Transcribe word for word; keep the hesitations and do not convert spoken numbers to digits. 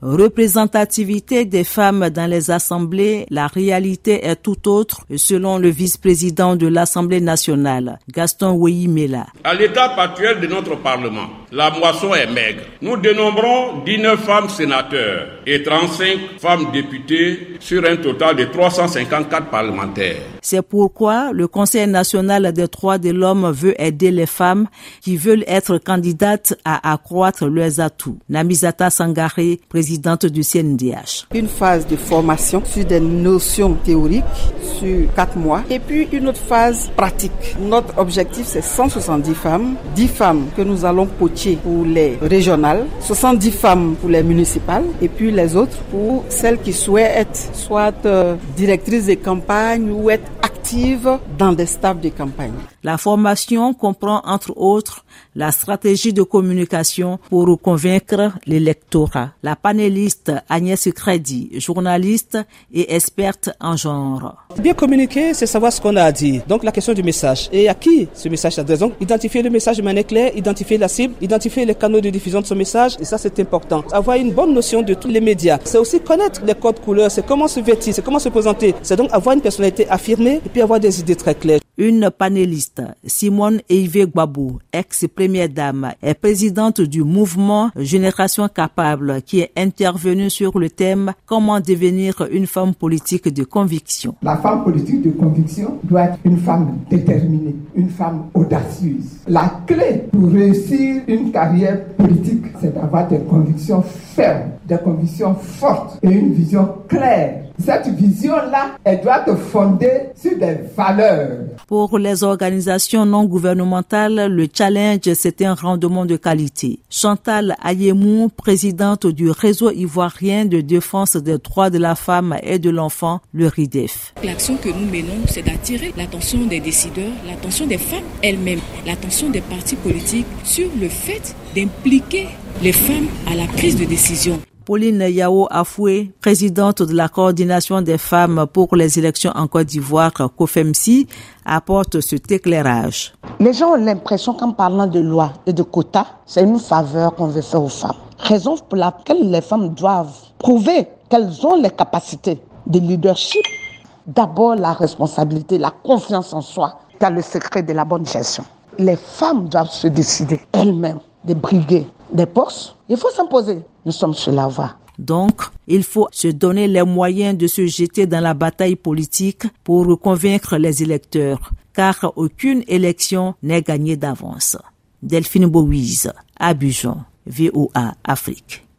Représentativité des femmes dans les assemblées, la réalité est tout autre, selon le vice-président de l'Assemblée nationale, Gaston Ouéhi-Mela. À l'étape actuelle de notre Parlement, la moisson est maigre. Nous dénombrons dix-neuf femmes sénateurs et trente-cinq femmes députées sur un total de trois cent cinquante-quatre parlementaires. C'est pourquoi le Conseil national des droits de l'homme veut aider les femmes qui veulent être candidates à accroître leurs atouts. Namizata Sangaré, présidente du C N D H. Une phase de formation sur des notions théoriques sur quatre mois et puis une autre phase pratique. Notre objectif, c'est cent soixante-dix femmes, dix femmes que nous allons coacher pour les régionales, soixante-dix femmes pour les municipales et puis les autres pour celles qui souhaitent être soit euh, directrices de campagne ou être actives dans des staffs de campagne. La formation comprend entre autres la stratégie de communication pour convaincre l'électorat. La panéliste Agnès Crédit, journaliste et experte en genre. Bien communiquer, c'est savoir ce qu'on a à dire. Donc la question du message. Et à qui ce message s'adresse? Donc identifier le message de manière claire, identifier la cible, identifier les canaux de diffusion de ce message. Et ça, c'est important. Avoir une bonne notion de tous les médias. C'est aussi connaître les codes couleurs, c'est comment se vêtir, c'est comment se présenter. C'est donc avoir une personnalité affirmée et puis avoir des idées très claires. Une panéliste, Simone Eivé Gbabou, ex-première dame, est présidente du mouvement Génération Capable qui est intervenue sur le thème « Comment devenir une femme politique de conviction ». La femme politique de conviction doit être une femme déterminée, une femme audacieuse. La clé pour réussir une carrière politique, c'est d'avoir des convictions fermes, des convictions fortes et une vision claire. Cette vision-là, elle doit se fonder sur des valeurs. Pour les organisations non gouvernementales, le challenge, c'est un rendement de qualité. Chantal Ayemou, présidente du réseau ivoirien de défense des droits de la femme et de l'enfant, le RIDEF. L'action que nous menons, c'est d'attirer l'attention des décideurs, l'attention des femmes elles-mêmes, l'attention des partis politiques sur le fait d'impliquer les femmes à la prise de décision. Pauline Yao Afoué, présidente de la coordination des femmes pour les élections en Côte d'Ivoire, COFEMSI, apporte cet éclairage. Les gens ont l'impression qu'en parlant de loi et de quotas, c'est une faveur qu'on veut faire aux femmes. Raison pour laquelle les femmes doivent prouver qu'elles ont les capacités de leadership. D'abord la responsabilité, la confiance en soi, car le secret de la bonne gestion. Les femmes doivent se décider elles-mêmes de briguer des postes. Il faut s'imposer. Nous sommes sur la voie. Donc, il faut se donner les moyens de se jeter dans la bataille politique pour convaincre les électeurs, car aucune élection n'est gagnée d'avance. Delphine Bouise, Abidjan, V O A Afrique.